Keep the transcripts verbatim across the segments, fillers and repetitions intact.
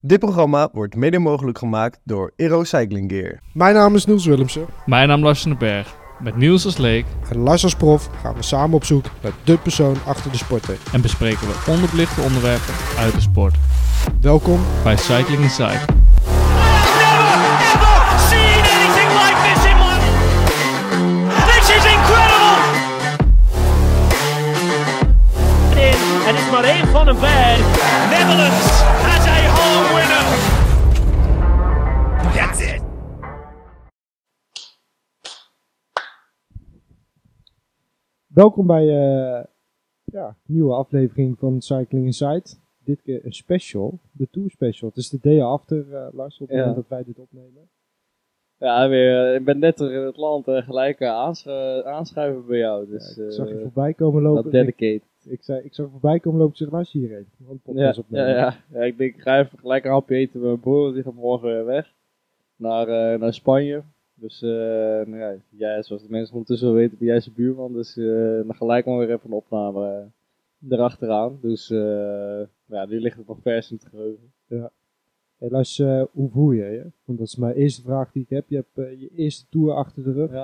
Dit programma wordt mede mogelijk gemaakt door Aero Cycling Gear. Mijn naam is Niels Willemsen. Mijn naam is Lars van den Berg. Met Niels als leek En Lars als prof gaan we samen op zoek naar de persoon achter de sporten. en bespreken we onderbelichte onderwerpen uit de sport. Welkom. Bij Cycling Inside. Never seen anything like this in my... This is incredible! In, en it's Marijn van den Berg. Netherlands has a home winner. That's it. Welkom bij uh, ja, een nieuwe aflevering van Cycling Inside. Dit keer een special, de Tour Special. Het is de day after, uh, Lars, op het Ja. moment dat wij dit opnemen. Ja, weer, ik ben net terug in het land en gelijk uh, aansch- uh, aanschuiven bij jou. Dus, Ja, ik zag je uh, voorbij komen lopen. wat Ik, dedicated. ik, zei, ik zag je voorbij komen lopen en zeg, Lars hierheen. We gaan een podcast Ja, opnemen. ja, ja. ja, ik denk, ik ga even gelijk een hapje eten met mijn broer, want die gaat morgen weer weg naar, uh, naar Spanje. Dus uh, nou ja, jij, zoals de mensen ondertussen wel weten, ben jij zijn buurman. Dus uh, dan gelijk maar weer even een opname uh, erachteraan. Dus uh, ja, die ligt het nog vers in het geheugen. Hey, Lars, uh, hoe voel je je? Want dat is mijn eerste vraag die ik heb. Je hebt uh, je eerste Tour achter de rug. Ja.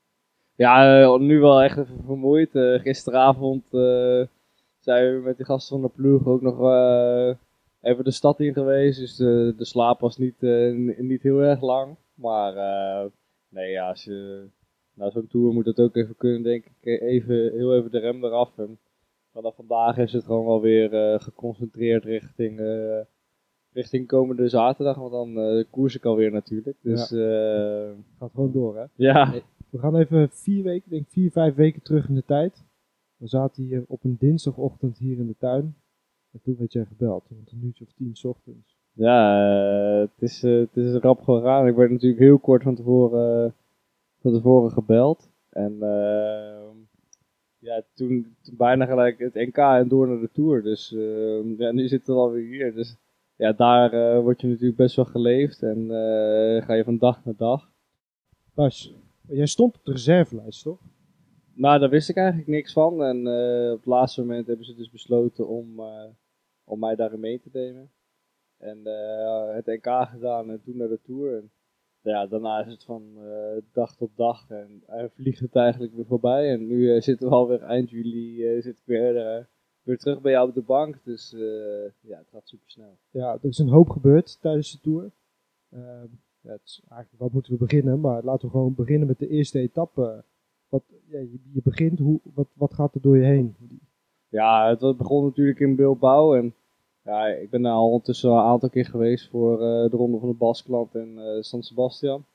Ja, uh, nu wel echt even vermoeid. Uh, gisteravond uh, zijn we met die gasten van de ploeg ook nog uh, even de stad in geweest. Dus de, de slaap was niet, uh, n- niet heel erg lang. Maar uh, nee, ja, als je na zo'n tour moet het ook even kunnen, denk ik. Even, heel even de rem eraf. En vanaf vandaag is het gewoon wel weer uh, geconcentreerd richting, uh, richting komende zaterdag. Want dan uh, koers ik alweer natuurlijk. Dus ja, Gaat gewoon door, hè? ja. We gaan even vier weken, ik denk vier, vijf weken terug in de tijd. We zaten hier op een dinsdagochtend hier in de tuin. En toen werd jij gebeld, rond een uurtje of tien 's ochtends. Ja, eh, het, is, eh, het is rap gegaan. Ik werd natuurlijk heel kort van tevoren, van tevoren gebeld. En eh, ja, toen, toen bijna gelijk het N K en door naar de Tour. Dus eh, ja, nu zitten we alweer hier. Dus ja, daar eh, word je natuurlijk best wel geleefd. En eh, ga je van dag naar dag. Lars, jij stond op de reservelijst, toch? Nou, daar wist ik eigenlijk niks van. En eh, op het laatste moment hebben ze dus besloten om, eh, om mij daarin mee te nemen. En eh, het N K gedaan en toen naar de Tour. En ja, daarna is het van eh, dag tot dag. En hij vliegt het eigenlijk weer voorbij. En nu eh, zitten we alweer eind juli eh, zit ik weer, eh, weer terug bij jou op de bank. Dus eh, ja, het gaat super snel. Ja, er is een hoop gebeurd tijdens de Tour. Ehm, ja, het is eigenlijk, wat moeten we beginnen? Maar laten we gewoon beginnen met de eerste etappe. Wat, ja, je, je begint, hoe, wat, wat gaat er door je heen? Ja, het was- begon natuurlijk in Bilbao. En ja, ik ben daar al ondertussen al een aantal keer geweest voor eh, de Ronde van de Baskeland en eh, San Sebastian.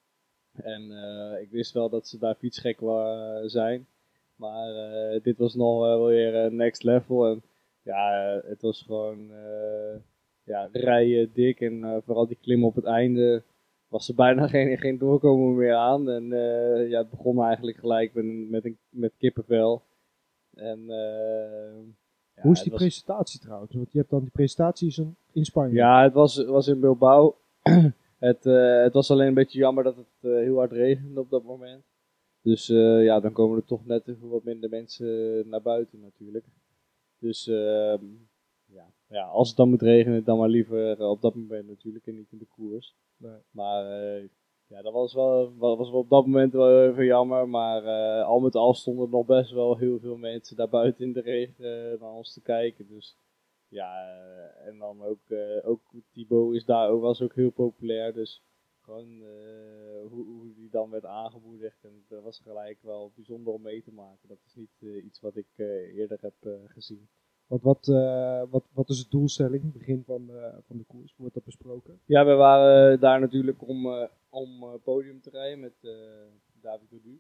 En eh, ik wist wel dat ze daar fietsgek wa- zijn. Maar eh, dit was nog wel weer eh, next level. En ja, eh, het was gewoon eh, ja, rijden dik. En eh, vooral die klim op het einde was er bijna geen, geen doorkomen meer aan. En eh, ja, het begon eigenlijk gelijk met, een- met, een, met kippenvel. En, eh, ja, hoe is het die was- presentatie trouwens? Want je hebt dan die presentaties in, in Spanje. Ja, het was, was in Bilbao. het, eh, het was alleen een beetje jammer dat het eh, heel hard regende op dat moment. Dus eh, ja, dan komen er toch net even wat minder mensen naar buiten natuurlijk. Dus ehm, ja, ja, als het dan moet regenen, dan maar liever eh, op dat moment natuurlijk en niet in de koers. Nee. Maar eh, ja, dat was wel, wa- was wel op dat moment wel even jammer. Maar eh, al met al stonden er nog best wel heel veel mensen daar buiten in de regen eh, naar ons te kijken. Dus ja, eh, en dan ook, eh, ook Thibaut is daar ook, was ook heel populair. Dus gewoon eh, hoe, hoe die dan werd aangemoedigd. En dat was gelijk wel bijzonder om mee te maken. Dat is niet eh, iets wat ik eh, eerder heb eh, gezien. Want wat, eh, wat, wat is de doelstelling? Begin van, eh, van de koers, wordt dat besproken? Ja, we waren daar natuurlijk om, eh, om eh, podium te rijden met eh, David Gaudu.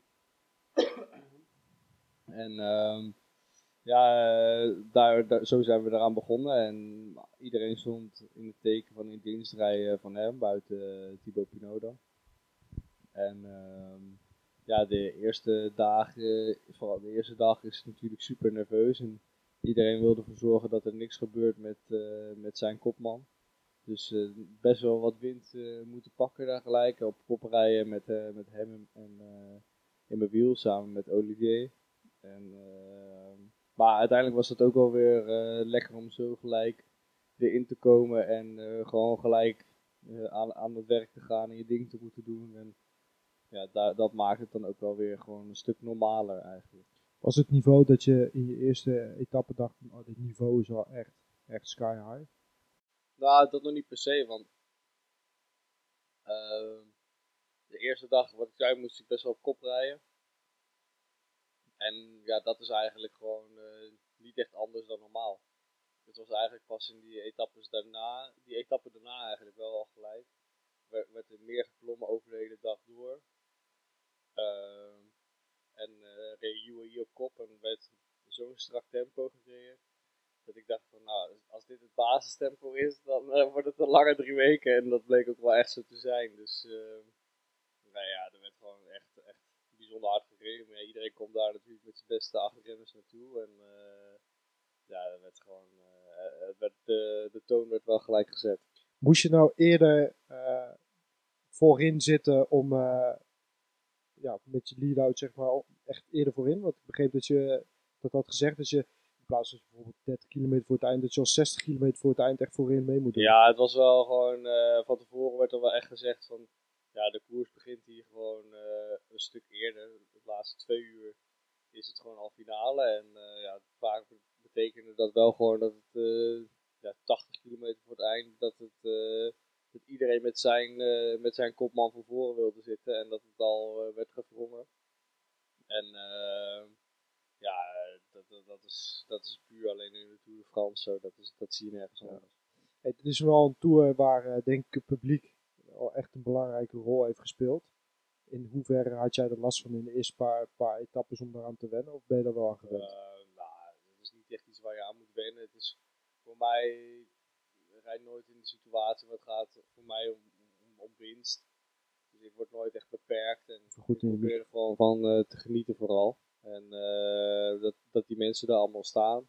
En ehm, ja, eh, daar, daar, zo zijn we eraan begonnen. En iedereen stond in het teken van in dienst rijden van hem, buiten uh, Thibaut Pinot dan. En ehm, ja, de eerste dagen, vooral de eerste dag is natuurlijk super nerveus. En iedereen wilde ervoor zorgen dat er niks gebeurt met, eh, met zijn kopman. Dus eh, best wel wat wind eh, moeten pakken daar gelijk. Op kop rijden met, eh, met hem en, en eh, in mijn wiel samen met Olivier. En, eh, maar uiteindelijk was het ook wel weer eh, lekker om zo gelijk erin te komen en uh, gewoon gelijk uh, aan, aan het werk te gaan en je ding te moeten doen. En ja, da- dat maakt het dan ook wel weer gewoon een stuk normaler eigenlijk. Was het niveau dat je in je eerste etappe dacht van, oh, dit niveau is wel echt, echt sky high? Nou, dat nog niet per se, want uh, de eerste dag, wat ik zei, moest ik best wel op kop rijden. En ja, dat is eigenlijk gewoon uh, niet echt anders dan normaal. Het was eigenlijk pas in die etappes daarna, die etappe daarna eigenlijk wel al gelijk. Er werd er meer geklommen over de hele dag door. Uh, en uh, reed U A E op kop en werd zo'n strak tempo gereden. Dat ik dacht van, nou, als dit het basistempo is, dan uh, wordt het een lange drie weken. En dat bleek ook wel echt zo te zijn. Dus, uh, nou ja, er werd gewoon echt, echt bijzonder hard gereden. Maar ja, iedereen komt daar natuurlijk met zijn beste acht renners naartoe. En uh, ja, er werd gewoon, uh, het werd, uh, de toon werd wel gelijk gezet. Moest je nou eerder uh, voorin zitten om uh, ja, met je lead-out, zeg maar, echt eerder voorin? Want ik begreep dat je dat had gezegd, dat je in plaats van bijvoorbeeld dertig kilometer voor het eind, dat je al zestig kilometer voor het eind echt voorin mee moet doen. Ja, het was wel gewoon, uh, van tevoren werd er wel echt gezegd van, ja, de koers begint hier gewoon uh, een stuk eerder. De laatste twee uur is het gewoon al finale. En uh, ja, vaak betekende dat wel gewoon dat het uh, ja, tachtig kilometer voor het eind, dat, het, uh, dat iedereen met zijn, uh, met zijn kopman van voren wilde zitten. En dat het al uh, werd gevrongen. En uh, ja, dat, dat, dat, is, dat is puur alleen in de Tour de France zo. Dat, is, dat zie je nergens anders. Ja. Hey, het is wel een tour waar uh, denk ik het publiek al echt een belangrijke rol heeft gespeeld. In hoeverre had jij er last van in de eerste paar, paar etappes om daaraan te wennen? Of ben je er wel aan gewend? Uh, nou, het is niet echt iets waar je aan moet wennen. Het is voor mij, ik rijd nooit in de situatie waar het gaat voor mij om, om, om winst. Dus ik word nooit echt beperkt en Goed ik probeer er gewoon van uh, te genieten vooral. En uh, dat, dat die mensen er allemaal staan,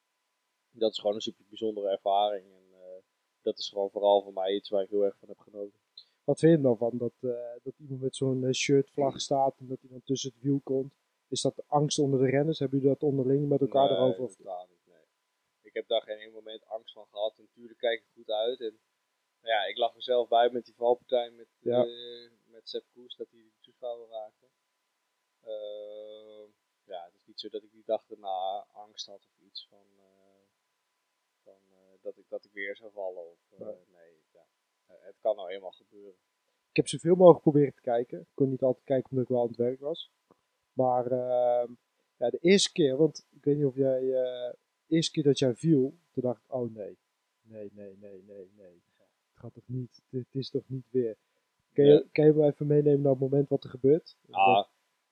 dat is gewoon een super bijzondere ervaring. En uh, dat is gewoon vooral voor mij iets waar ik heel erg van heb genoten. Wat vind je er dan van dat, uh, dat iemand met zo'n uh, shirtvlag staat en dat hij dan tussen het wiel komt? Is dat angst onder de renners? Hebben jullie dat onderling met elkaar nee, erover? Of? Totaal niet, nee. Ik heb daar geen één moment angst van gehad. En natuurlijk kijk ik goed uit. En nou ja, ik lag er zelf bij met die valpartij met, ja. uh, met Sepp Koes, dat hij de toeschouwer raakte. Uh, ja, het is niet zo dat ik die dag daarna angst had of iets van, uh, van uh, dat, ik, dat ik weer zou vallen. Of, uh, ja. Nee, ja. Uh, het kan nou eenmaal gebeuren. Ik heb zoveel mogelijk proberen te kijken. Ik kon niet altijd kijken omdat ik wel aan het werk was. Maar uh, ja, de eerste keer, want ik weet niet of jij, uh, de eerste keer dat jij viel, toen dacht ik, oh nee, nee, nee, nee, nee, nee. Het gaat toch niet, het is toch niet weer. Kan je, ja. kan je me even meenemen naar het moment wat er gebeurt? Ah,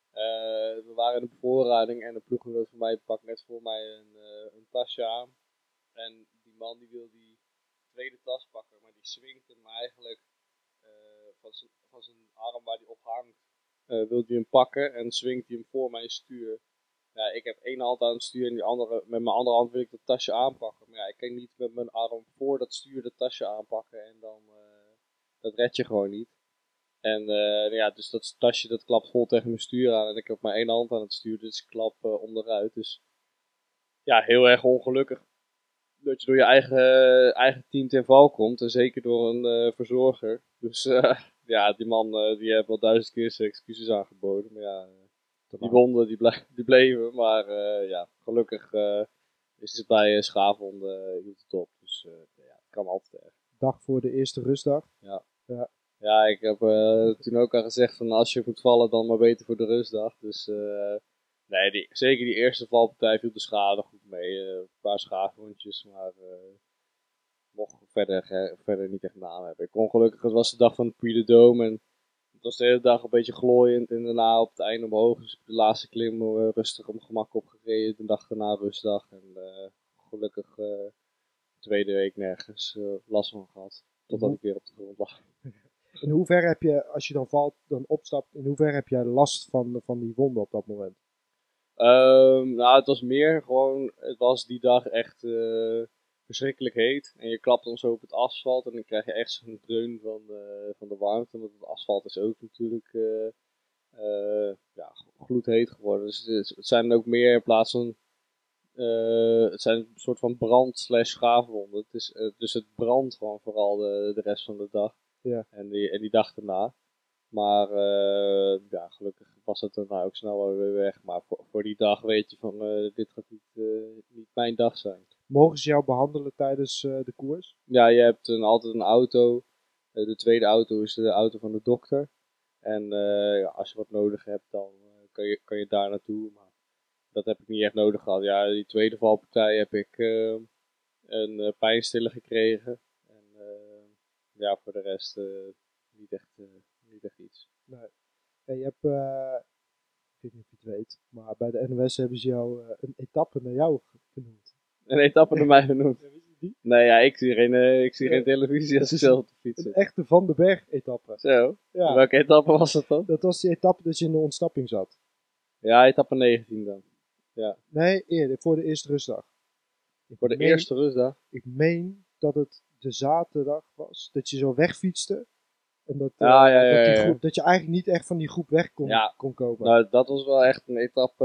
uh, we waren in de bevoorrading en de ploeggenoot van mij pakt net voor mij een, uh, een tasje aan. En die man die wil die tweede tas pakken, maar die swingt hem eigenlijk uh, van, zijn, van zijn arm waar die op hangt. Uh, wil hij hem pakken en swingt hij hem voor mijn stuur. Ja, ik heb één hand aan het stuur en die andere, met mijn andere hand wil ik dat tasje aanpakken. Maar ja, ik kan niet met mijn arm voor dat stuur dat tasje aanpakken en dan, uh, dat red je gewoon niet. En uh, ja, dus dat tasje dat klapt vol tegen mijn stuur aan en ik heb maar één hand aan het stuur, dus ik klap uh, onderuit. Dus ja, heel erg ongelukkig dat je door je eigen, uh, eigen team ten val komt en zeker door een uh, verzorger. Dus uh, ja, die man uh, die heeft wel duizend keer zijn excuses aangeboden, maar ja... Die wonden die, ble- die bleven, maar uh, ja, gelukkig uh, is het bij uh, schaafwonden uh, hield het op. Dus uh, ja, het kan altijd erg. Dag voor de eerste rustdag. Ja, ja. ja ik heb uh, toen ook al gezegd van als je moet vallen dan maar beter voor de rustdag. Dus uh, nee, die, zeker die eerste valpartij viel de schade goed mee. Uh, een paar schaafwondjes, maar uh, mocht verder, uh, verder niet echt naam hebben. Ik kon gelukkig, het was de dag van de Puy de Dôme en het was de hele dag een beetje glooiend en daarna op het einde omhoog. Dus ik heb de laatste klim uh, rustig op gemak opgereden. De dag daarna rustdag. En uh, gelukkig uh, de tweede week nergens uh, last van gehad. Totdat mm-hmm. ik weer op de grond lag. In hoeverre heb je, als je dan valt, dan opstapt, in hoeverre heb jij last van, van die wonden op dat moment? Um, nou, het was meer gewoon, het was die dag echt... Uh, verschrikkelijk heet en je klapt dan zo op het asfalt en dan krijg je echt zo'n dreun van de, van de warmte, want het asfalt is ook natuurlijk uh, uh, ja, gloedheet geworden. Dus het zijn ook meer in plaats van Uh, het zijn een soort van brand slash schaafwonden. Het is, uh, dus het brandt gewoon vooral de, de rest van de dag. Ja. En, die, en die dag erna. Maar uh, ja, gelukkig was het daarna ook snel wel weer weg. Maar voor, voor die dag weet je van, uh, dit gaat niet, uh, niet mijn dag zijn. Mogen ze jou behandelen tijdens uh, de koers? Ja, je hebt een, altijd een auto. Uh, de tweede auto is de auto van de dokter. En uh, ja, als je wat nodig hebt, dan uh, kan, je, kan je daar naartoe. Maar dat heb ik niet echt nodig gehad. Ja, die tweede valpartij heb ik uh, een uh, pijnstiller gekregen. En uh, ja, voor de rest uh, niet, echt, uh, niet echt iets. Nee. Ja, je hebt, uh, ik weet niet of je het weet, maar bij de N O S hebben ze jou uh, een etappe naar jou genoemd. Een etappe naar mij genoemd? Ja, wist je die? Nee, ja, ik zie geen, uh, ik zie ja. geen televisie als ik zelf op de fiets zit. Een echte Van den Berg etappe. Zo? Ja. Welke etappe was dat dan? Dat was die etappe dat je in de ontsnapping zat. Ja, etappe negentien dan. Ja. Nee, eerder, voor de eerste rustdag. Ik Voor de meen, eerste rustdag? Ik meen dat het de zaterdag was, dat je zo wegfietste. En dat, uh, ja, ja, ja, dat, die ja. groep, dat je eigenlijk niet echt van die groep weg kon, ja. kon komen. Nou, dat was wel echt een etappe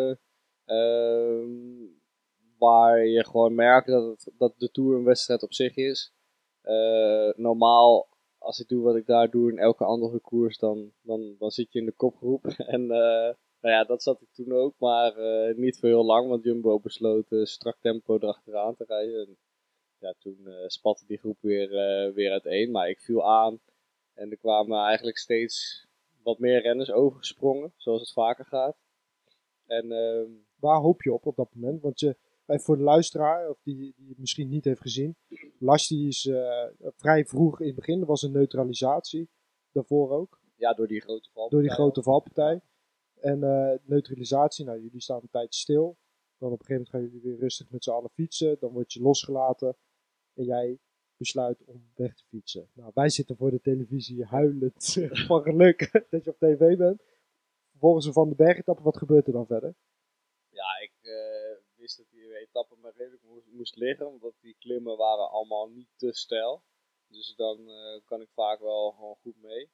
uh, waar je gewoon merkt dat, het, dat de Tour een wedstrijd op zich is. Uh, normaal, als ik doe wat ik daar doe in elke andere koers, dan, dan, dan zit je in de kopgroep. En uh, nou ja, dat zat ik toen ook, maar uh, niet voor heel lang, want Jumbo besloot uh, strak tempo erachteraan te rijden. En ja, toen uh, spatte die groep weer, uh, weer uiteen, maar ik viel aan. En er kwamen eigenlijk steeds wat meer renners overgesprongen, zoals het vaker gaat. En, uh, waar hoop je op op dat moment? Want je, voor de luisteraar, of die, die het misschien niet heeft gezien, Lasty is uh, vrij vroeg in het begin. Er was een neutralisatie, daarvoor ook. Ja, door die grote valpartij. Door die grote valpartij. En uh, neutralisatie, nou jullie staan een tijdje stil. Dan op een gegeven moment gaan jullie weer rustig met z'n allen fietsen. Dan word je losgelaten. En jij besluit om weg te fietsen. Nou, wij zitten voor de televisie huilend van geluk dat je op tv bent. Vervolgens een Van den Berg etappe, wat gebeurt er dan verder? Ja, ik uh, wist dat die etappe maar redelijk moest, moest liggen, omdat die klimmen waren allemaal niet te steil. Dus dan uh, kan ik vaak wel gewoon goed mee.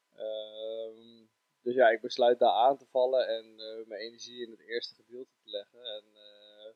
Uh, dus ja, ik besluit daar aan te vallen en uh, mijn energie in het eerste gedeelte te leggen. En uh,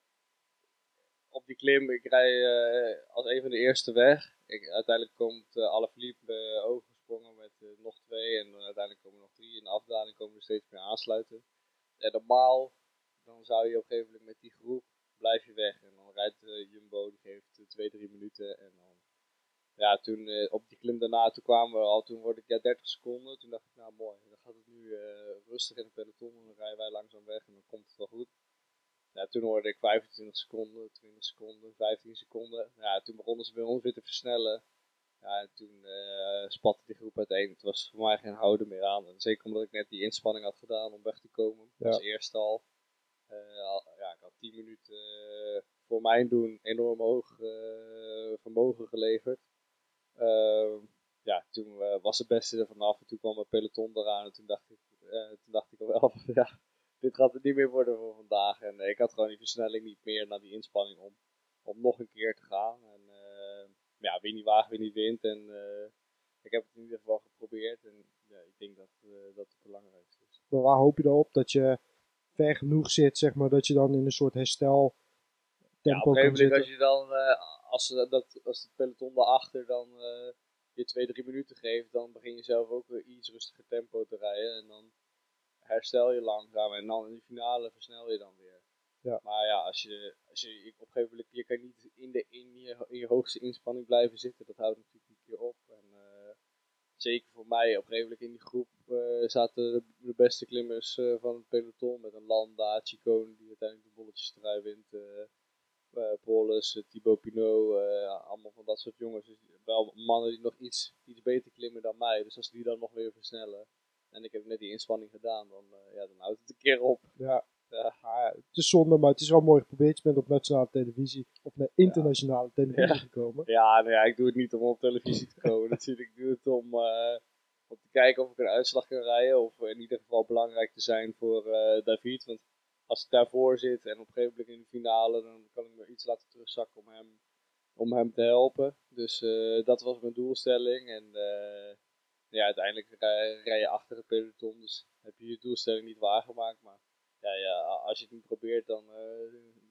op die klim, ik rij uh, als een van de eerste weg. Ik, uiteindelijk komt uh, Alaphilippe uh, overgesprongen met uh, nog twee en uh, uiteindelijk komen er nog drie. In de afdaling komen er steeds meer aansluiten. En normaal, dan zou je op een gegeven moment met die groep, blijf je weg. En dan rijdt uh, Jumbo, die geeft uh, twee, drie minuten. En dan, ja, toen uh, op die klim daarna, toen kwamen we al, toen word ik ja dertig seconden. Toen dacht ik, nou mooi, dan gaat het nu uh, rustig in de peloton. En dan rijden wij langzaam weg en dan komt het wel goed. Ja, toen hoorde ik vijfentwintig seconden, twintig seconden, vijftien seconden. Ja, toen begonnen ze bij ons weer te versnellen. Ja, en toen uh, spatte die groep uiteen. Het was voor mij geen houden meer aan. En zeker omdat ik net die inspanning had gedaan om weg te komen. Ja. Als eerste al. Uh, al ja, ik had tien minuten uh, voor mijn doen enorm hoog uh, vermogen geleverd. Uh, ja, toen uh, was het beste er vanaf. En toen kwam mijn peloton eraan. En toen dacht ik, uh, toen dacht ik al wel van ja, dit gaat het niet meer worden voor vandaag. En uh, ik had gewoon die versnelling niet meer naar die inspanning om, om nog een keer te gaan. En uh, ja, wie niet waagt, wie niet wint. En uh, ik heb het in ieder geval geprobeerd. En ja, ik denk dat uh, dat het belangrijkste is. Maar waar hoop je dan op? Dat je ver genoeg zit, zeg maar, dat je dan in een soort herstel tempo ja, op een kan gegeven moment zitten? als je dan, uh, als, dat, als het peloton daarachter dan uh, je twee, drie minuten geeft, dan begin je zelf ook weer iets rustiger tempo te rijden. En dan herstel je langzaam en dan in de finale versnel je dan weer. Ja. Maar ja, als je, als je op een gegeven moment, je kan niet in, de, in, je, in je hoogste inspanning blijven zitten. Dat houdt natuurlijk een keer op. En, uh, zeker voor mij, op een gegeven moment in die groep uh, zaten de, de beste klimmers uh, van het peloton. Met een Landa, Chicone, die uiteindelijk de bolletjestrui wint. Uh, uh, Paulus, uh, Thibaut Pinot, uh, allemaal van dat soort jongens. Dus wel mannen die nog iets, iets beter klimmen dan mij. Dus als die dan nog weer versnellen. En ik heb net die inspanning gedaan, dan, uh, ja, dan houdt het een keer op. Ja. Ja. Ah, het is zonde, maar het is wel mooi geprobeerd. Je bent op nationale televisie, of naar internationale ja. televisie ja. gekomen. Ja, nou ja, ik doe het niet om op televisie te komen. Natuurlijk, ik doe het om, uh, om te kijken of ik een uitslag kan rijden. Of in ieder geval belangrijk te zijn voor uh, David. Want als ik daarvoor zit en op een gegeven moment in de finale, dan kan ik me iets laten terugzakken om hem, om hem te helpen. Dus uh, dat was mijn doelstelling. En uh, ja, uiteindelijk rij, rij je achter het peloton. Dus heb je je doelstelling niet waargemaakt. Maar ja, ja, als je het niet probeert, dan, uh,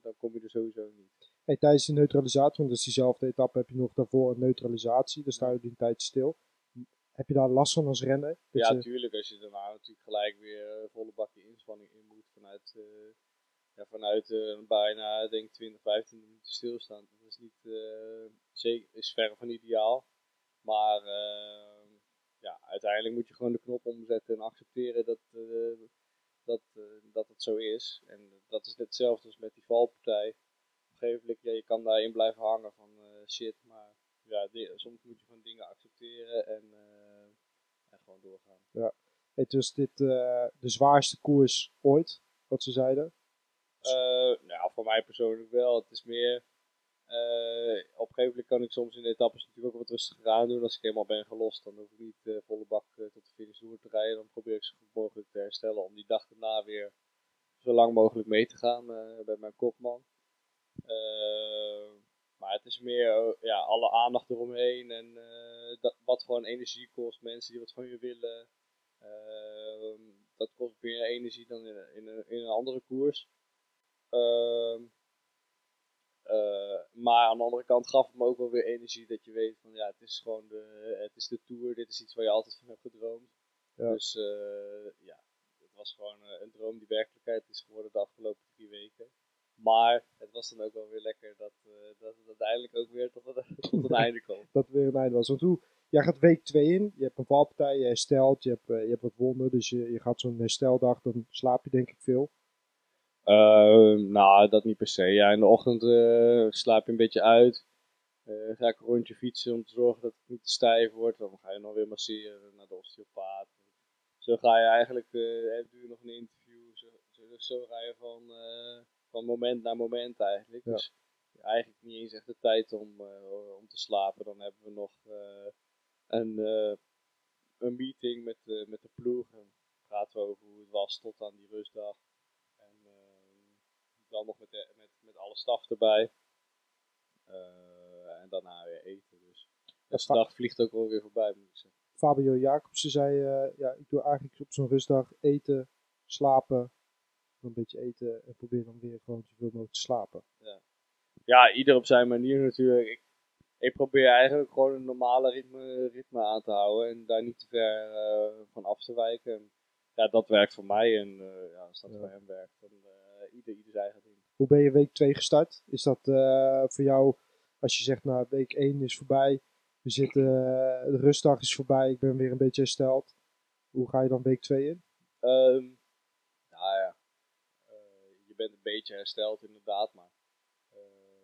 dan kom je er sowieso niet. Hey, tijdens de neutralisatie, want dat is diezelfde etappe, heb je nog daarvoor een neutralisatie. Dan sta je een tijd stil. Heb je daar last van als renner? Dat Ja, je... tuurlijk. Als je daarna natuurlijk gelijk weer uh, volle bakje inspanning in moet vanuit, uh, ja, vanuit uh, bijna denk twintig, vijftien minuten stilstaan. Dat is niet, uh, zeker, is verre van ideaal. Maar uh, ja, uiteindelijk moet je gewoon de knop omzetten en accepteren dat, uh, dat, uh, dat het zo is. En dat is net hetzelfde als met die valpartij. Op een gegeven moment, ja, je kan daarin blijven hangen van uh, shit, maar ja, die, soms moet je gewoon dingen accepteren en, uh, en gewoon doorgaan. Ja. Hey, dus dit uh, de zwaarste koers ooit, wat ze zeiden? Uh, nou, voor mij persoonlijk wel. Het is meer, uh, op een gegeven moment kan ik soms in de etappes natuurlijk ook wat rustiger aan doen. Als ik helemaal ben gelost, dan hoef ik niet uh, volle bak uh, tot de finish door te rijden. Dan probeer ik zo goed mogelijk te herstellen om die dag daarna weer zo lang mogelijk mee te gaan uh, bij mijn kopman. Uh, maar het is meer uh, ja, alle aandacht eromheen en uh, dat, wat gewoon energie kost. Mensen die wat van je willen. Uh, dat kost meer energie dan in, in, in, in een andere koers. Uh, uh, maar aan de andere kant gaf het me ook wel weer energie dat je weet van ja, het is gewoon de, het is de Tour, dit is iets waar je altijd van hebt gedroomd. Ja. Dus uh, ja, het was gewoon uh, een droom die werkelijkheid is geworden de afgelopen drie weken. Maar het was dan ook wel weer lekker dat, uh, dat het uiteindelijk ook weer tot een, tot een einde kwam. Dat het weer een einde was. Want hoe, jij gaat week twee in, je hebt een valpartij, je herstelt, je hebt, uh, je hebt wat wonden, dus je, je gaat zo'n hersteldag, dan slaap je denk ik veel. Uh, nou, dat niet per se. Ja, in de ochtend uh, slaap je een beetje uit. Uh, ga ik een rondje fietsen om te zorgen dat het niet te stijf wordt. Dan ga je nog weer masseren naar de osteopaat. Zo ga je eigenlijk, uh, heb je nog een interview. Zo, zo, zo ga je van, uh, van moment naar moment eigenlijk. Ja. Dus eigenlijk niet eens echt de tijd om, uh, om te slapen. Dan hebben we nog uh, een, uh, een meeting met, uh, met de ploeg. En praten we over hoe het was tot aan die rustdag. Dan nog met, de, met, met alle staf erbij. Uh, en daarna weer eten. Dus de ja, dag vliegt ook wel weer voorbij, moet ik zeggen. Fabio Jacobsen zei, uh, ja, ik doe eigenlijk op zo'n rustdag eten, slapen, een beetje eten en probeer dan weer gewoon zoveel mogelijk te slapen. Ja, ja, ieder op zijn manier natuurlijk. Ik, ik probeer eigenlijk gewoon een normale ritme, ritme aan te houden en daar niet te ver uh, van af te wijken. En, ja, dat werkt voor mij en uh, ja, als dat ja. voor hem werkt, dan uh, ieder, ieder zijn eigen ding. Hoe ben je week twee gestart? Is dat uh, voor jou, als je zegt, nou, week één is voorbij, we zitten, uh, de rustdag is voorbij, ik ben weer een beetje hersteld. Hoe ga je dan week twee in? Um, nou ja, uh, je bent een beetje hersteld inderdaad, maar uh,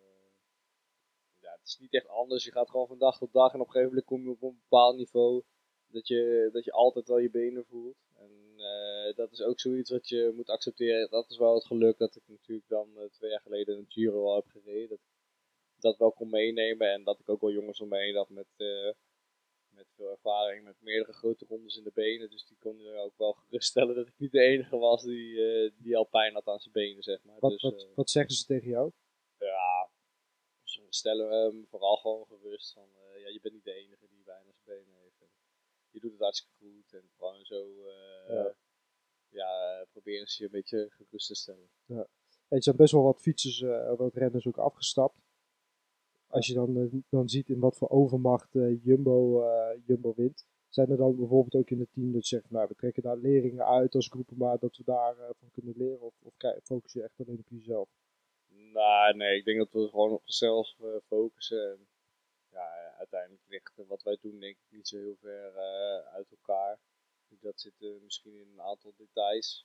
ja, het is niet echt anders. Je gaat gewoon van dag tot dag en op een gegeven moment kom je op een bepaald niveau dat je, dat je altijd wel je benen voelt. En uh, dat is ook zoiets wat je moet accepteren. Dat is wel het geluk dat ik natuurlijk dan uh, twee jaar geleden een Giro al heb gereden. Dat ik dat wel kon meenemen en dat ik ook wel jongens om me heen had met, uh, met veel ervaring, met meerdere grote rondes in de benen. Dus die konden ook wel geruststellen dat ik niet de enige was die, uh, die al pijn had aan zijn benen, zeg maar. Wat, dus, wat, uh, wat zeggen ze tegen jou? Ja, ze stellen hem vooral gewoon gerust van, uh, ja, je bent niet de enige die pijn aan zijn benen heeft. En je doet het hartstikke goed en gewoon zo, uh, ja, ja proberen ze je een beetje gerust te stellen. Ja. Er zijn best wel wat fietsers, uh, wat renners ook afgestapt. Als je dan, uh, dan ziet in wat voor overmacht uh, Jumbo, uh, Jumbo wint. Zijn er dan bijvoorbeeld ook in het team dat je zegt, nou, we trekken daar leringen uit als groepen, maar dat we daar uh, van kunnen leren? Of, of focus je echt alleen op jezelf? Nou, nee, ik denk dat we gewoon op onszelf uh, focussen. En, ja, uiteindelijk ligt wat wij doen denk ik niet zo heel ver uh, uit elkaar. Dat zit uh, misschien in een aantal details.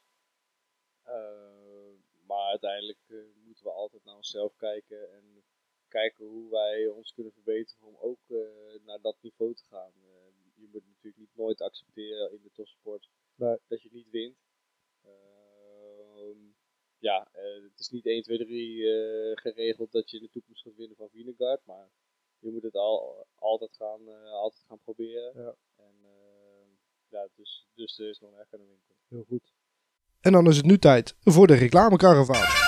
Uh, maar uiteindelijk uh, moeten we altijd naar onszelf kijken en kijken hoe wij ons kunnen verbeteren om ook uh, naar dat niveau te gaan. Uh, je moet natuurlijk niet nooit accepteren in de topsport nee. dat je niet wint. Uh, ja, uh, het is niet één, twee, drie uh, geregeld dat je in de toekomst gaat winnen van Vingegaard, maar je moet het al, altijd, gaan, uh, altijd gaan proberen. Ja. En, uh, ja, dus, dus er is nog echt aan de winkel. Heel goed. En dan is het nu tijd voor de reclamekaravaan.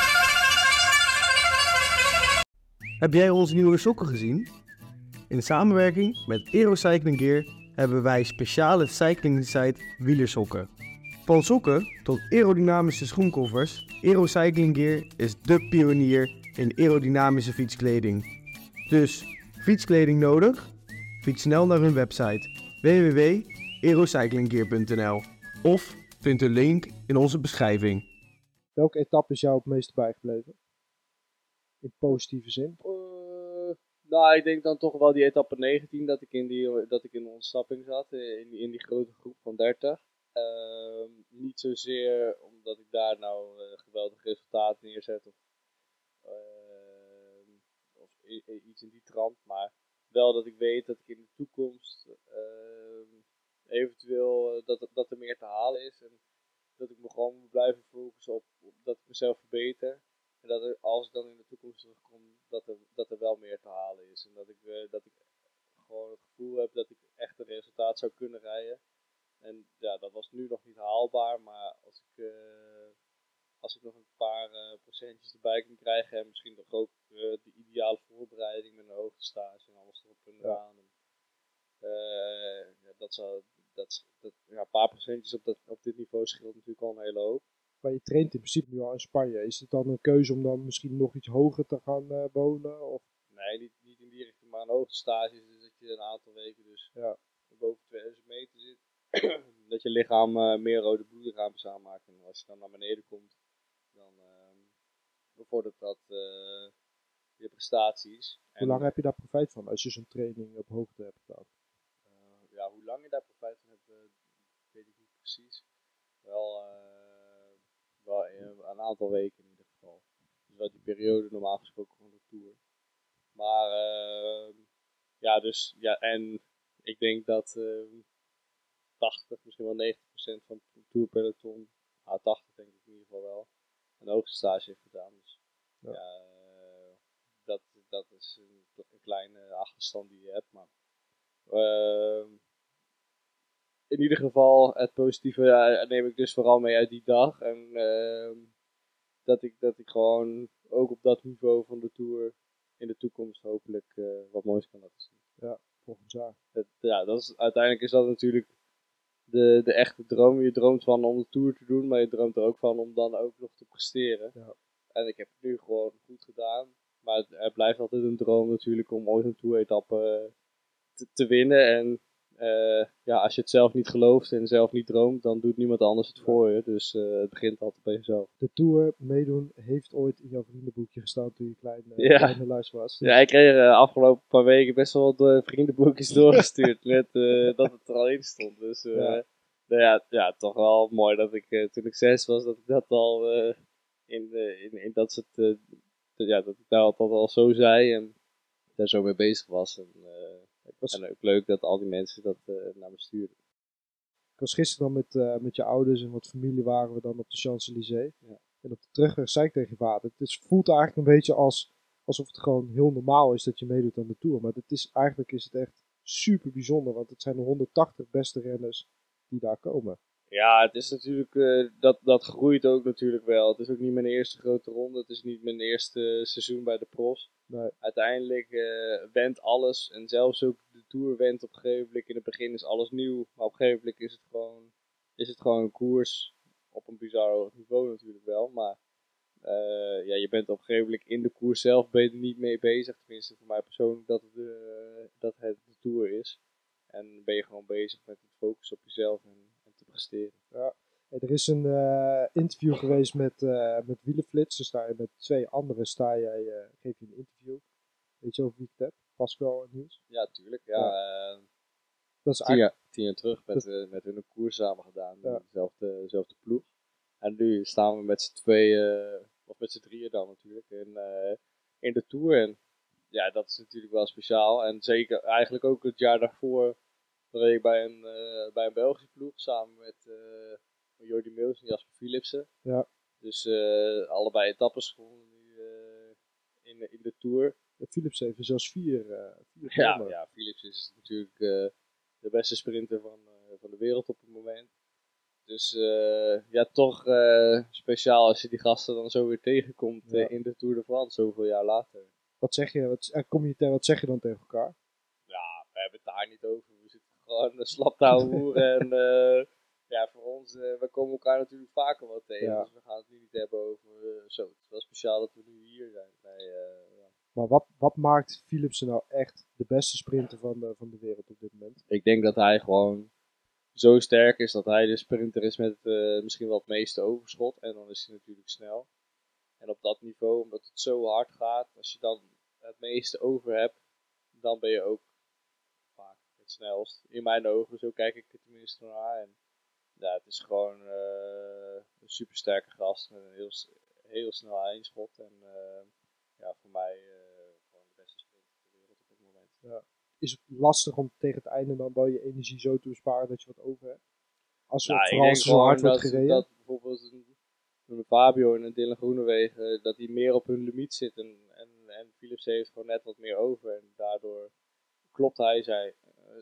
Heb jij onze nieuwe sokken gezien? In samenwerking met Aerocycling Gear hebben wij speciale cycling site wielersokken. Van sokken tot aerodynamische schoenkoffers, Aero Cycling Gear is dé pionier in aerodynamische fietskleding. Dus, fietskleding nodig? Fiets snel naar hun website w w w punt aerocyclinggear punt n l of vind de link in onze beschrijving. Welke etappe is jou het meest bijgebleven? In positieve zin? Uh, nou, ik denk dan toch wel die etappe negentien, dat ik in, die, dat ik in de ontsnapping zat, in die, in die grote groep van dertig. Uh, niet zozeer omdat ik daar nou uh, geweldig resultaat neerzet of, uh, of i- i- iets in die trant, maar wel dat ik weet dat ik in de toekomst uh, eventueel uh, dat, dat er meer te halen is en dat ik me gewoon moet blijven focussen op, op dat ik mezelf verbeter. En dat er, als ik dan in de toekomst terugkom, dat er, dat er wel meer te halen is. En dat ik, uh, dat ik gewoon het gevoel heb dat ik echt een resultaat zou kunnen rijden. En ja, dat was nu nog niet haalbaar, maar als ik, uh, als ik nog een paar uh, procentjes erbij kan krijgen en misschien nog ook uh, de ideale voorbereiding met een hoogtestage en alles erop en eraan. Ja. Uh, ja, dat zou, dat, dat, ja, een paar procentjes op, dat, op dit niveau scheelt natuurlijk al een hele hoop. Maar je traint in principe nu al in Spanje. Is het dan een keuze om dan misschien nog iets hoger te gaan uh, wonen? Of? Nee, niet, niet in die richting, maar een hoogtestage is dus dat je een aantal weken dus ja. boven tweeduizend meter zit. Dat je lichaam uh, meer rode bloedlichamen aanmaakt. En als je dan naar beneden komt, dan uh, bevordert dat uh, je prestaties. Hoe en, lang heb je daar profijt van als je zo'n training op hoogte hebt gedaan? Uh, ja, hoe lang je daar profijt van hebt, uh, weet ik niet precies. Wel, uh, wel een aantal weken in ieder geval. Dus wel die periode normaal gesproken van de Tour. Maar uh, ja, dus ja, en ik denk dat uh, tachtig, misschien wel negentig procent van het Tourpeloton, ah, tachtig denk ik in ieder geval wel, een hoogste stage heeft gedaan. Dus ja, ja uh, dat, dat is een, een kleine achterstand die je hebt. Maar uh, in ieder geval, het positieve ja, neem ik dus vooral mee uit die dag. En uh, dat, ik, dat ik gewoon ook op dat niveau van de Tour in de toekomst hopelijk uh, wat moois kan laten zien. Ja, volgend jaar. Het, ja, dat is, uiteindelijk is dat natuurlijk de, de echte droom. Je droomt van om de Tour te doen, maar je droomt er ook van om dan ook nog te presteren. Ja. En ik heb het nu gewoon goed gedaan. Maar het, het blijft altijd een droom natuurlijk om ooit een Tour-etappe te, te winnen. En uh, ja, als je het zelf niet gelooft en zelf niet droomt, dan doet niemand anders het voor je. Dus uh, het begint altijd bij jezelf. De Tour meedoen heeft ooit in jouw vriendenboekje gestaan toen je klein, uh, ja. kleine luis was. Dus... Ja, ik kreeg de uh, afgelopen paar weken best wel wat vriendenboekjes doorgestuurd met uh, dat het er al in stond. Dus uh, ja. Nou ja, ja, toch wel mooi dat ik uh, toen ik zes was, dat ik dat al uh, in, uh, in, in dat soort, uh, ja, dat ik daar altijd al zo zei en daar zo mee bezig was. En, uh, was... en ook leuk dat al die mensen dat uh, naar me sturen. Ik was gisteren dan met, uh, met je ouders en wat familie waren we dan op de Champs-Élysées. Ja. En op de terugweg zei ik tegen je vader, het is, voelt eigenlijk een beetje als, alsof het gewoon heel normaal is dat je meedoet aan de Tour. Maar het is, eigenlijk is het echt super bijzonder, want het zijn de honderdtachtig beste renners die daar komen. Ja, het is natuurlijk, uh, dat, dat groeit ook natuurlijk wel. Het is ook niet mijn eerste grote ronde, het is niet mijn eerste seizoen bij de profs. Nee. Uiteindelijk uh, went alles en zelfs ook de Tour went op een gegeven moment. In het begin is alles nieuw, maar op een gegeven moment is het gewoon, is het gewoon een koers op een bizar hoog niveau natuurlijk wel. Maar uh, ja, je bent op een gegeven moment in de koers zelf ben je er niet mee bezig. Tenminste voor mij persoonlijk dat het, uh, dat het de Tour is. En ben je gewoon bezig met het focussen op jezelf en te presteren. Ja. Hey, er is een uh, interview geweest met, uh, met Wielenflits. Dus sta je met twee anderen, sta jij, uh, geef je een interview. Weet je over wie ik het heb? Pascal en Niels? Ja, tuurlijk. Ja, ja. Uh, dat is tien, jaar, eigenlijk... tien jaar terug met, dat... uh, met hun een koers samen gedaan. Ja. Dezelfde, dezelfde ploeg. En nu staan we met z'n tweeën, uh, of met z'n drieën dan natuurlijk, in, uh, in de Tour. En ja, dat is natuurlijk wel speciaal. En zeker eigenlijk ook het jaar daarvoor reed ik bij een, uh, bij een Belgische ploeg samen met uh, Jordi Meels en Jasper Philipsen. Ja. Dus uh, allebei etappes gewonnen nu uh, in, in de Tour. Ja, Philips heeft zelfs vier. Uh, vier ja, ja, Philips is natuurlijk uh, de beste sprinter van, uh, van de wereld op het moment. Dus uh, ja, toch uh, speciaal als je die gasten dan zo weer tegenkomt ja. uh, in de Tour de France, zoveel jaar later. Wat zeg je, wat, kom je te, wat zeg je dan tegen elkaar? Ja, we hebben het daar niet over. We zitten gewoon slap te houden en uh, ja, voor ons, uh, we komen elkaar natuurlijk vaker wat tegen. Ja. Dus we gaan het nu niet hebben over uh, zo. Het is wel speciaal dat we nu hier zijn. Nee, uh, ja. Maar wat, wat maakt Philipsen nou echt de beste sprinter van de, van de wereld op dit moment? Ik denk dat hij gewoon zo sterk is dat hij de sprinter is met uh, misschien wel het meeste overschot. En dan is hij natuurlijk snel. En op dat niveau, omdat het zo hard gaat, als je dan het meeste over hebt, dan ben je ook vaak het snelst. In mijn ogen, zo kijk ik er tenminste naar. En ja, het is gewoon uh, een super sterke gast met een heel, heel snel eindschot. En uh, ja, voor mij uh, gewoon de beste sprinter ter wereld op dit moment. Ja. Is het lastig om tegen het einde dan wel je energie zo te besparen dat je wat over hebt? Als je Ja, vooral ik als denk zo hard dat, wordt gereden? dat bijvoorbeeld een, een Fabio en een Dylan Groenewegen, dat die meer op hun limiet zitten. En, en Philips heeft gewoon net wat meer over. En daardoor klopt hij, zij, uh,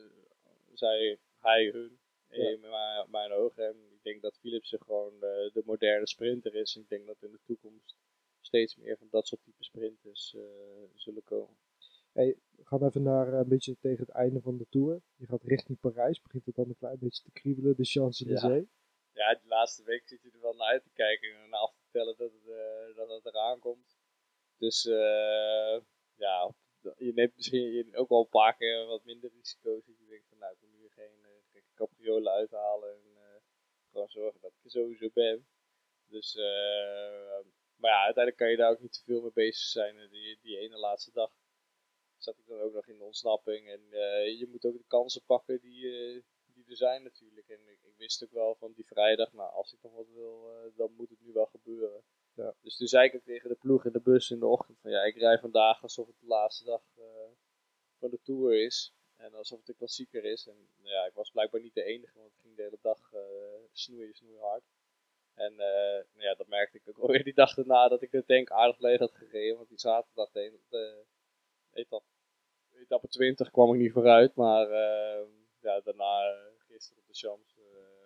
zij hij hun. Ja. In mijn, mijn ogen. En ik denk dat Philipsen gewoon uh, de moderne sprinter is. En ik denk dat in de toekomst steeds meer van dat soort type sprinters uh, zullen komen. Hey, we gaan even naar uh, een beetje tegen het einde van de Tour. Je gaat richting Parijs. Begint het dan een klein beetje te kriebelen, de Champs-Élysées? Ja. ja, de laatste week zit je er wel naar uit te kijken. En af te tellen dat het, uh, dat het eraan komt. Dus uh, ja, je neemt misschien ook wel een paar keer wat minder risico's. Dat je denkt van nou, ik moet nu geen uh, gekke capriolen uithalen. En uh, gewoon zorgen dat ik er sowieso ben. Dus, uh, maar ja, uiteindelijk kan je daar ook niet te veel mee bezig zijn. Die, die ene laatste dag zat ik dan ook nog in de ontsnapping. En uh, je moet ook de kansen pakken die, uh, die er zijn natuurlijk. En ik, ik wist ook wel van die vrijdag, nou als ik nog wat wil, uh, dan moet het nu wel gebeuren. Ja. Dus toen zei ik ook tegen de ploeg in de bus in de ochtend van ja, ik rij vandaag alsof het de laatste dag uh, van de Tour is. En alsof het een klassieker is. En ja, ik was blijkbaar niet de enige, want het ging de hele dag uh, snoeien, snoeien hard. En uh, nou ja, dat merkte ik ook alweer die dag daarna dat ik de tank aardig leeg had gereden. Want die zaterdag de uh, etappe, etappe twintig kwam ik niet vooruit. Maar uh, ja, daarna uh, gisteren op de Champs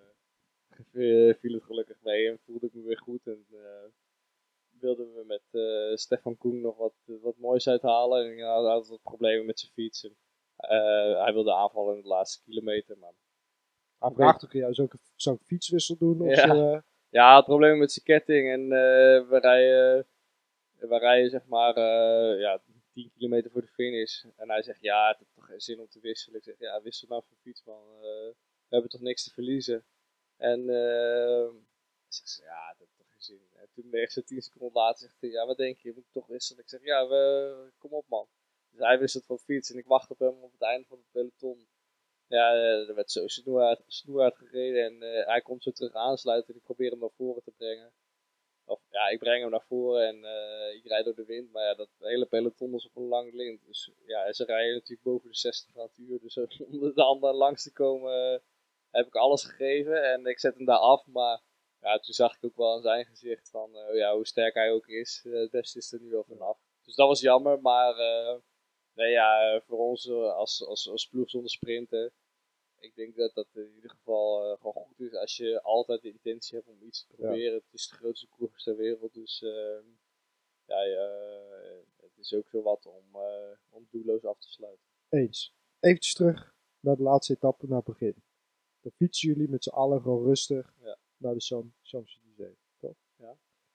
uh, viel het gelukkig mee en voelde ik me weer goed. En uh, wilden we met uh, Stefan Koen nog wat, uh, wat moois uithalen. En ja, hij had wat problemen met zijn fiets. En, uh, hij wilde aanvallen in de laatste kilometer. Maar hij vraagt ook jou, zou ik, zou ik fietswissel doen? Of ja. Zo, uh... ja, hij had problemen met zijn ketting. En uh, we, rijden, we rijden zeg maar uh, ja, tien kilometer voor de finish. En hij zegt, ja, het heeft toch geen zin om te wisselen. Ik zeg, ja, wissel nou van fiets, man. Uh, we hebben toch niks te verliezen. En uh, ik zeg, ja, dat heeft toch geen zin. En toen echt zo tien seconden later zegt hij, ja, wat denk je, moet ik toch wisselen? Ik zeg, ja, we, kom op, man. Dus hij wisselt van fiets en ik wacht op hem op het einde van het peloton. Ja, er werd zo snoer uit, snoer uitgereden en uh, hij komt zo terug aansluiten en ik probeer hem naar voren te brengen. Of ja, ik breng hem naar voren en uh, ik rijd door de wind, maar ja, dat hele peloton is op een lang lint. Dus ja, ze rijden natuurlijk boven de zestig aan het uur, dus om de ander langs te komen uh, heb ik alles gegeven en ik zet hem daar af, maar ja, toen zag ik ook wel aan zijn gezicht van uh, ja, hoe sterk hij ook is, uh, het beste is er nu al vanaf. Dus dat was jammer, maar uh, nee, ja, voor ons uh, als, als, als ploeg zonder sprinten, ik denk dat dat in ieder geval uh, gewoon goed is als je altijd de intentie hebt om iets te proberen. Ja. Het is de grootste koers ter wereld, dus uh, ja, uh, het is ook zo wat om, uh, om doelloos af te sluiten. Eens. Eventjes terug naar de laatste etappe, naar het begin. Dan fietsen jullie met z'n allen gewoon rustig ja. naar de Champs-Élysées, toch? Ja.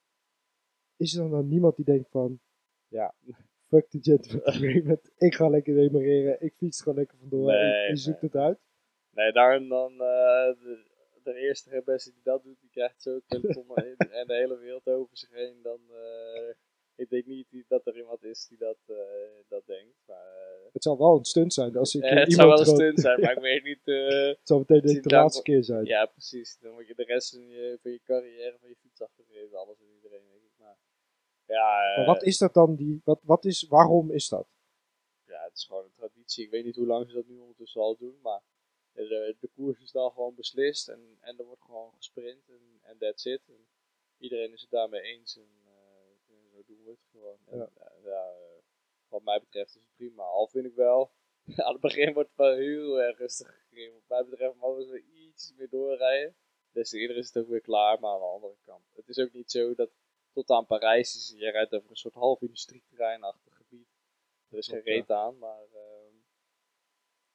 Is er dan, dan niemand die denkt van, ja, fuck die gentleman agreement, ik ga lekker demareren, ik fiets gewoon lekker vandoor, nee, je zoekt nee. het uit? Nee, daarom dan uh, de, de eerste rebesse die dat doet, die krijgt zo peloton en de hele wereld over zich heen. Dan, uh, ik denk niet die, dat er iemand is die dat, uh, dat denkt. Maar, uh, het zal wel een stunt zijn. Als ik uh, het zou wel een stunt zijn, maar ik weet niet... Uh, het zal meteen denk ik de laatste keer zijn. Ja, precies. Dan moet je de rest van je, van je carrière, van je fiets afgegeven, alles en iedereen, denk ik. Maar, ja, uh, maar wat is dat dan? Die, wat, wat is, waarom is dat? Ja, het is gewoon een traditie. Ik weet niet hoe lang ze dat nu ondertussen al doen, maar... De, de koers is dan gewoon beslist en, en er wordt gewoon gesprint en, en that's it. En iedereen is het daarmee eens en uh, zo doen we het gewoon. En, ja. Uh, ja, uh, wat mij betreft is het prima. Al vind ik wel, aan het begin wordt het wel heel erg rustig gegeven. Wat mij betreft mogen we iets meer doorrijden. Dus eerder is het ook weer klaar, maar aan de andere kant. Het is ook niet zo dat tot aan Parijs is, je rijdt over een soort half industrieterreinachtig gebied. Er is geen reet aan, maar... Uh,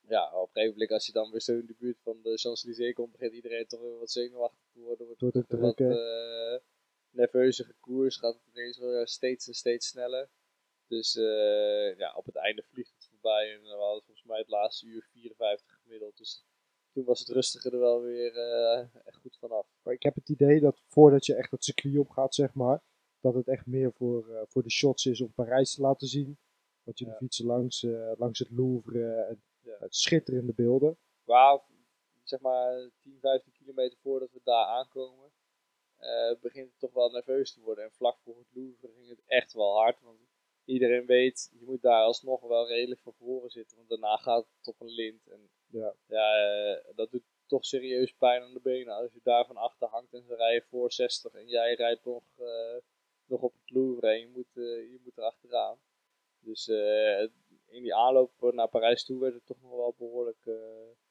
ja, op een gegeven moment als je dan weer zo in de buurt van de Champs-Élysées komt, begint iedereen toch weer wat zenuwachtig te worden. Wordt Wordt het het wat druk, uh, nerveuzige koers, gaat het ineens weer steeds en steeds sneller. Dus uh, ja, op het einde vliegt het voorbij en we hadden volgens mij het laatste uur vierenvijftig gemiddeld. Dus toen was het rustige er wel weer uh, echt goed vanaf. Maar ik heb het idee dat voordat je echt het circuit op gaat, zeg maar, dat het echt meer voor, uh, voor de shots is om Parijs te laten zien. Want jullie Ja. fietsen langs, uh, langs het Louvre en Ja. het schitterende beelden. Maar zeg maar tien, vijftien kilometer voordat we daar aankomen, uh, begint het toch wel nerveus te worden. En vlak voor het Louvre ging het echt wel hard. Want iedereen weet, je moet daar alsnog wel redelijk van voren zitten. Want daarna gaat het op een lint. En Ja. ja, uh, dat doet toch serieus pijn aan de benen. Als je daar van achter hangt en ze rijden voor zestig en jij rijdt nog, uh, nog op het Louvre en je moet, uh, je moet er achteraan. Dus uh, in die aanloop naar Parijs toe werd het toch nog wel behoorlijk uh,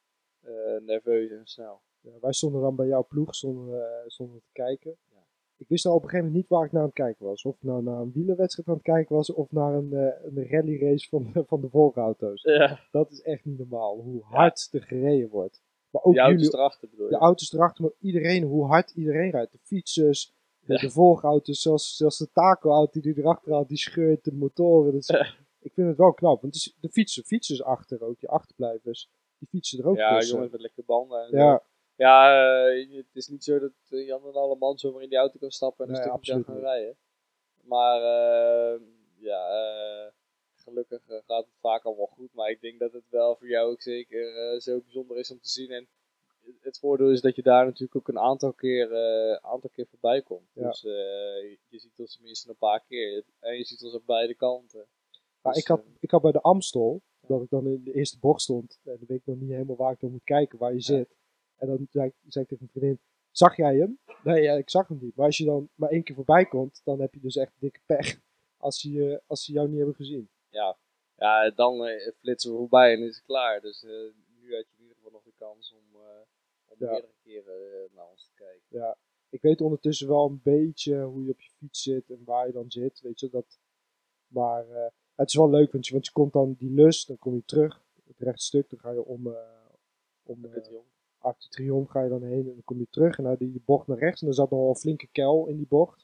uh, nerveus en snel. Ja, wij stonden dan bij jouw ploeg stonden, uh, stonden te kijken. Ja. Ik wist al op een gegeven moment niet waar ik naar aan het kijken was. Of ik nou naar een wielerwedstrijd aan het kijken was of naar een, uh, een rallyrace van, van de volgauto's. Ja. Dat is echt niet normaal, hoe hard er gereden wordt. Maar ook Die auto's jullie, erachter bedoel je? de auto's erachter, maar iedereen, hoe hard iedereen rijdt. De fietsers, de, Ja. de volgauto's, zelfs, zelfs de taco-auto die erachter had, die scheurt de motoren. Dat is, Ja. Ik vind het wel knap, want het is, de fietsen, fietsers achter ook, die achterblijvers, die fietsen er ook Ja, tussen. jongens met lekker banden. En Ja. zo. Ja, uh, het is niet zo dat uh, Jan en alle man zomaar in die auto kan stappen en een Nee, stukje absoluut gaan niet. rijden. Maar uh, ja, uh, gelukkig uh, gaat het vaak allemaal goed. Maar ik denk dat het wel voor jou ook zeker uh, zo bijzonder is om te zien. En het voordeel is dat je daar natuurlijk ook een aantal keer, uh, aantal keer voorbij komt. Ja. Dus uh, je ziet ons tenminste een paar keer. En je ziet ons op beide kanten. Ja, Dus, ik, had, uh, ik had bij de Amstel, dat ik dan in de eerste bocht stond, en dan weet ik nog niet helemaal waar ik dan moet kijken, waar je Ja. zit. En dan zei ik, zei ik tegen mijn vriendin, zag jij hem? Nee, ja, ik zag hem niet. Maar als je dan maar één keer voorbij komt, dan heb je dus echt dikke pech als ze, uh, als ze jou niet hebben gezien. Ja, ja dan uh, flitsen we voorbij en is het klaar. Dus uh, nu had je in ieder geval nog de kans om, uh, om Ja. meerdere keren uh, naar ons te kijken. Ja, ik weet ondertussen wel een beetje hoe je op je fiets zit en waar je dan zit, weet je, dat. Maar uh, het is wel leuk, want je, want je komt dan die lus, dan kom je terug, het rechtstuk, dan ga je om, uh, om uh, Arc de Triomphe ga je dan heen en dan kom je terug en nou die bocht naar rechts en er zat nog wel een flinke kuil in die bocht.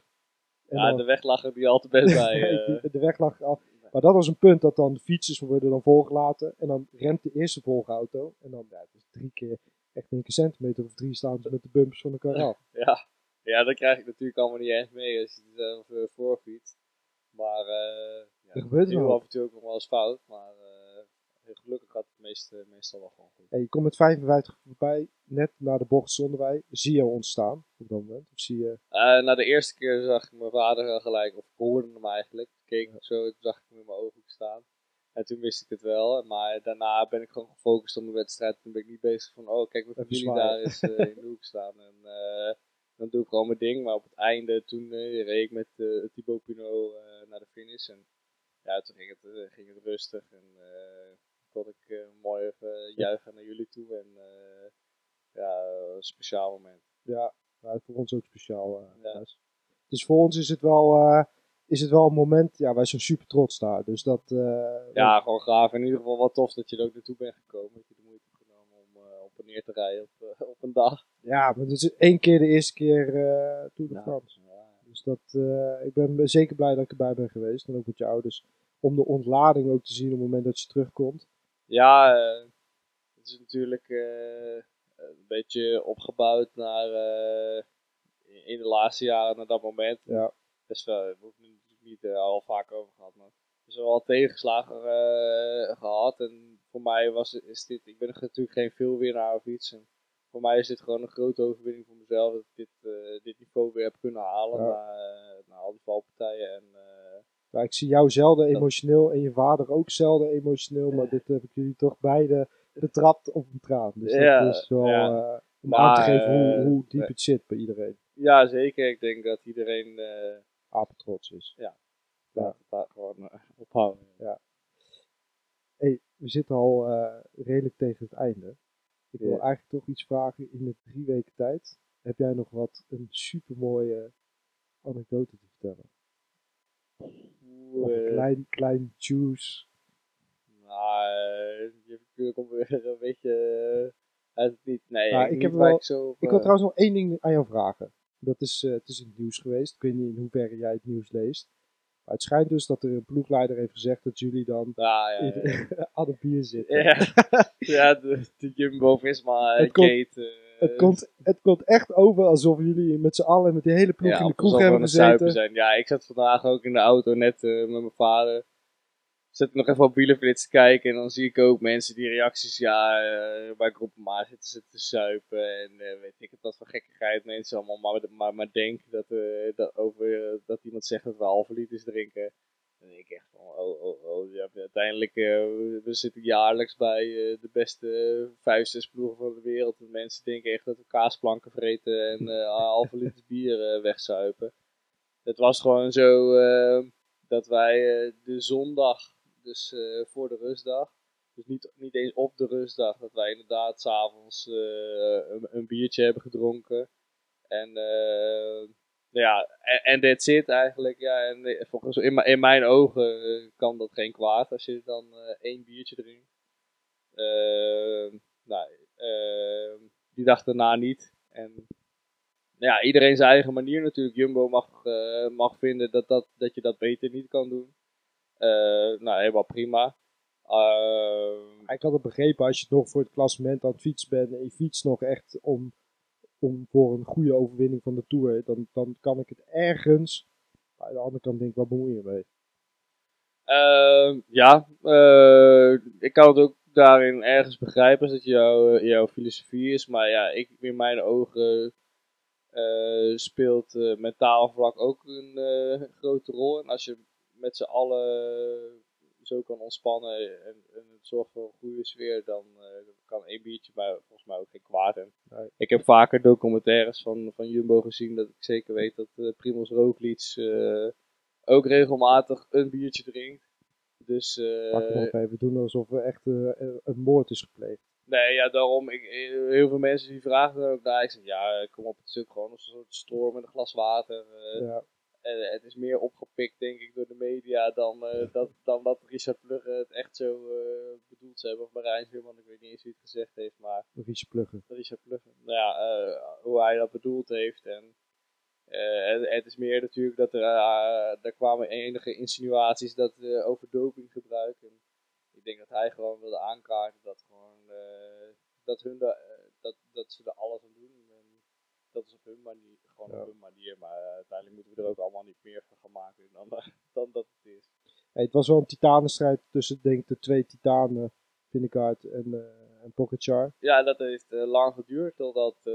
En Ja, dan- de weg lag er niet al te best bij. Nee, Uh, de, de weg lag al. Maar dat was een punt dat dan de fietsers worden dan volgelaten en dan remt de eerste volgauto en dan, ja, het is drie keer, echt een centimeter of drie staan ze met de bumpers van elkaar af. ja. ja, dat krijg ik natuurlijk allemaal niet echt mee als je er zelf uh, voorfietst. Maar uh, ja, Er gebeurt heel wel. af en toe ook nog wel eens fout. Maar uh, heel gelukkig gaat het meest, uh, meestal wel gewoon goed. En je komt met vijfenvijftig voorbij, net na de bocht stonden wij. Zie je jou ontstaan op dat moment? Of zie je... Uh, na de eerste keer zag ik mijn vader uh, gelijk, of ik hoorde hem eigenlijk. Keek ik zo, toen zag ik hem in mijn ogen staan. En toen wist ik het wel. Maar daarna ben ik gewoon gefocust op mijn wedstrijd. Toen ben ik niet bezig van, oh kijk, mijn Even familie zwaaien. daar is uh, in de hoek staan. En uh, dan doe ik gewoon mijn ding. Maar op het einde, toen uh, reed ik met uh, Thibaut Pinot uh, naar de finish. En ja, toen ging het, uh, ging het rustig. En uh, kon ik uh, mooi even juichen naar jullie toe. En uh, ja, een speciaal moment. Ja, nou, voor ons ook speciaal. Uh, Ja. Thijs. Dus voor ons is het wel, uh, is het wel een moment, ja, wij zijn super trots daar. Dus dat... Uh, Ja, gewoon gaaf. In ieder geval wat tof dat je er ook naartoe bent gekomen. Dat je de moeite hebt genomen om uh, op en neer te rijden op, uh, op een dag. Ja, maar het is één keer de eerste keer uh, Tour de Ja. France. Ja. Dus dat, uh, ik ben zeker blij dat ik erbij ben geweest. En ook met je ouders. Om de ontlading ook te zien op het moment dat je terugkomt. Ja, uh, het is natuurlijk uh, een beetje opgebouwd naar uh, in de laatste jaren naar dat moment. Ja. Best wel, we hebben het natuurlijk niet uh, al vaak over gehad, maar er is wel wat tegenslagen uh, gehad. En voor mij was is dit, ik ben natuurlijk geen veelwinnaar of iets. En voor mij is dit gewoon een grote overwinning voor mezelf dat ik dit, uh, dit niveau weer heb kunnen halen Ja. na, uh, na al die valpartijen. En, uh, Maar ik zie jou zelden Dat- emotioneel en je vader ook zelden emotioneel. Maar dit heb ik jullie toch beide betrapt op een traan. Dus Ja, dat is wel ja. uh, om Maar, aan te geven hoe, uh, hoe diep nee. het zit bij iedereen. ja, zeker. Ik denk dat iedereen uh, Apen trots is. laat het daar gewoon uh, ophouden. Hey, we zitten al uh, redelijk tegen het einde. Ik wil Ja. eigenlijk toch iets vragen in de drie weken tijd. Heb jij nog wat een supermooie anekdote te vertellen? Of een Uh, klein, klein juice. Nou, uh, je komt weer een beetje uh, uit het niet. Nee, Nou, ik, ik niet heb waar wel- ik zo op, Ik wil uh, trouwens nog één ding aan jou vragen. Dat is, uh, het is in het nieuws geweest. Ik weet niet in hoeverre jij het nieuws leest. Maar het schijnt dus dat er een ploegleider heeft gezegd dat jullie dan ja, ja, in ja. de- aan het bier zitten. Ja, ja de, de Jumbo-Visma Het komt- gate. uh, Het komt, het komt echt over alsof jullie met z'n allen met die hele ploeg ja, in de of kroeg alsof we hebben aan het zuipen gezeten. zijn. Ja, ik zat vandaag ook in de auto net uh, met mijn vader. Zet nog even op wielerflits te kijken en dan zie ik ook mensen die reacties, ja, uh, bij Groupama zitten ze te zuipen en uh, weet ik het, wat voor gekkigheid mensen allemaal maar, maar, maar denken dat, uh, dat, over, uh, dat iemand zegt dat we halve liters drinken. Dan denk ik echt van, oh, oh, oh, ja, uiteindelijk, uh, we, we zitten jaarlijks bij uh, de beste uh, vijf, zes ploegen van de wereld en mensen denken echt dat we kaasplanken vreten en uh, halve liters bier uh, wegzuipen. Het was gewoon zo uh, dat wij uh, de zondag, dus uh, voor de rustdag, dus niet, niet eens op de rustdag, dat wij inderdaad s'avonds uh, een, een biertje hebben gedronken. En uh, ja, en that's it eigenlijk. Ja, en volgens, in, in mijn ogen uh, kan dat geen kwaad als je dan uh, één biertje drinkt. Uh, nou, uh, die dag daarna niet. En ja, iedereen zijn eigen manier natuurlijk. Jumbo mag, uh, mag vinden dat, dat, dat je dat beter niet kan doen. Uh, nou, helemaal prima. Uh, Ik had het begrepen, als je nog voor het klassement aan het fietsen bent en je fietst nog echt om, om voor een goede overwinning van de Tour, dan, dan kan ik het ergens. Maar aan de andere kant denk ik, wat bemoei je mee? Uh, ja, uh, ik kan het ook daarin ergens begrijpen dat jouw, jouw filosofie is. Maar ja, ik, in mijn ogen uh, speelt uh, mentaal vlak ook een uh, grote rol. En als je met z'n allen zo kan ontspannen en, en het zorgt voor een goede sfeer, dan uh, kan één biertje mij, volgens mij ook geen kwaad hebben. Nee. Ik heb vaker documentaires van, van Jumbo gezien dat ik zeker weet dat uh, Primož Roglič uh, ook regelmatig een biertje drinkt. Dus, uh, Pak hem op even doen alsof er echt uh, een moord is gepleegd. Nee, ja, daarom. Ik, heel veel mensen die vragen er ook naar. Ik zeg, ja, kom op het stuk gewoon als een soort storm met een glas water. Uh, Ja. En het is meer opgepikt, denk ik, door de media dan, uh, dat, dan dat Richard Plugge het echt zo uh, bedoeld zou hebben. Of Marijn Zuurman, ik weet niet eens wie het gezegd heeft, maar Richard Plugge. Richard Plugge. Nou ja, uh, hoe hij dat bedoeld heeft. En uh, het, het is meer natuurlijk dat er, uh, er kwamen enige insinuaties dat, uh, over dopinggebruik. En ik denk dat hij gewoon wilde aankaarten dat, gewoon, uh, dat, hun de, uh, dat, dat ze er alles aan doen. En dat is op hun manier, gewoon Ja. op hun manier. Maar uh, uiteindelijk moeten we er ook allemaal niet meer van gaan maken dan, dan dat het is. Hey, het was wel een titanenstrijd tussen, denk ik, de twee titanen, Vingegaard en, uh, en Pogačar. Ja, dat heeft uh, lang geduurd totdat uh,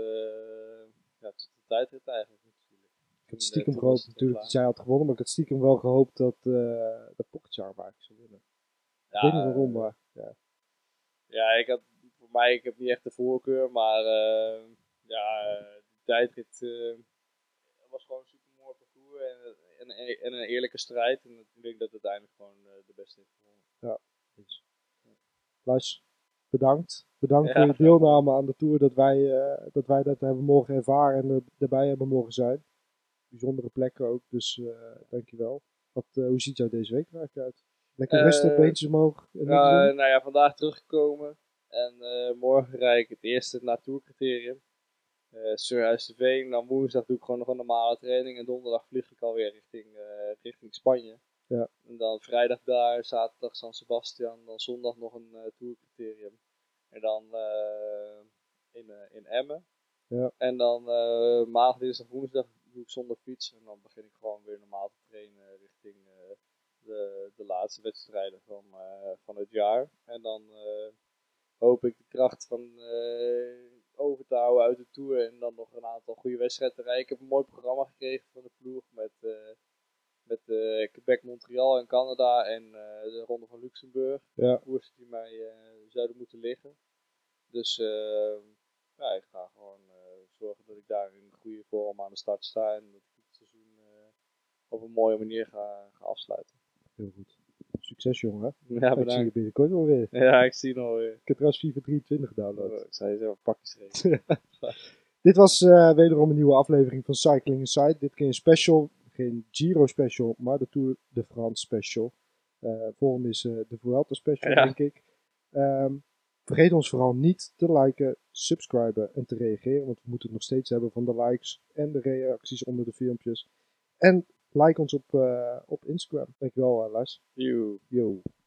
ja, tot de tijdrit eigenlijk natuurlijk. Ik had stiekem Toen gehoopt was het natuurlijk klaar. dat zij had gewonnen, maar ik had stiekem wel gehoopt dat, uh, dat Pogačar maar zou winnen. Ja, ik weet niet waarom, uh, maar ja. Ja, ik had, voor mij, ik heb niet echt de voorkeur, maar uh, ja, uh, die tijdrit uh, was gewoon een super mooi parcours en, en, en een eerlijke strijd. En ik denk dat het uiteindelijk gewoon uh, de beste heeft gewonnen. Ja, dus. Lars, bedankt. Bedankt Ja. voor je deelname aan de Tour, dat wij, uh, dat, wij dat hebben mogen ervaren en er, erbij hebben mogen zijn. Bijzondere plekken ook, dus uh, dankjewel. Wat, uh, hoe ziet jou deze week er eigenlijk uit? Lekker Uh, rustig, beentjes omhoog. En Uh, niks doen? nou ja, vandaag teruggekomen en uh, morgen rijd ik het eerste natuurcriterium. Uh, Surhuis-de-Veen, dan woensdag doe ik gewoon nog een normale training en donderdag vlieg ik alweer richting, uh, richting Spanje. Ja. En dan vrijdag daar, zaterdag San Sebastian, dan zondag nog een uh, tourcriterium. En dan uh, in, uh, in Emmen. Ja. En dan uh, maandag, dinsdag, woensdag doe ik zonder fiets en dan begin ik gewoon weer normaal te trainen richting uh, de, de laatste wedstrijden van, uh, van het jaar. En dan uh, hoop ik de kracht van uh, over te houden uit de Tour en dan nog een aantal goede wedstrijden te rijden. Ik heb een mooi programma gekregen van de ploeg met, uh, met uh, Quebec, Montreal en Canada en uh, de Ronde van Luxemburg. Ja. Koersen die mij uh, zouden moeten liggen. Dus uh, ja, ik ga gewoon uh, zorgen dat ik daar in goede vorm aan de start sta en dat ik het seizoen uh, op een mooie manier ga, ga afsluiten. Heel goed. Succes, jongen. Ja, Ik zie je bedankt. binnenkort wel weer. Ja, ik zie het alweer. Ik heb trouwens FIFA drieëntwintig gedownload. Ik zei je zo pakjes geven. Dit was uh, wederom een nieuwe aflevering van Cycling Inside. Dit keer een special. Geen Giro special, maar de Tour de France special. Uh, volgende is uh, de Vuelta special, Ja. denk ik. Um, vergeet ons vooral niet te liken, subscriben en te reageren. Want we moeten het nog steeds hebben van de likes en de reacties onder de filmpjes. En like ons op, uh, op Instagram. Dankjewel, uh, Lars. You. Yo.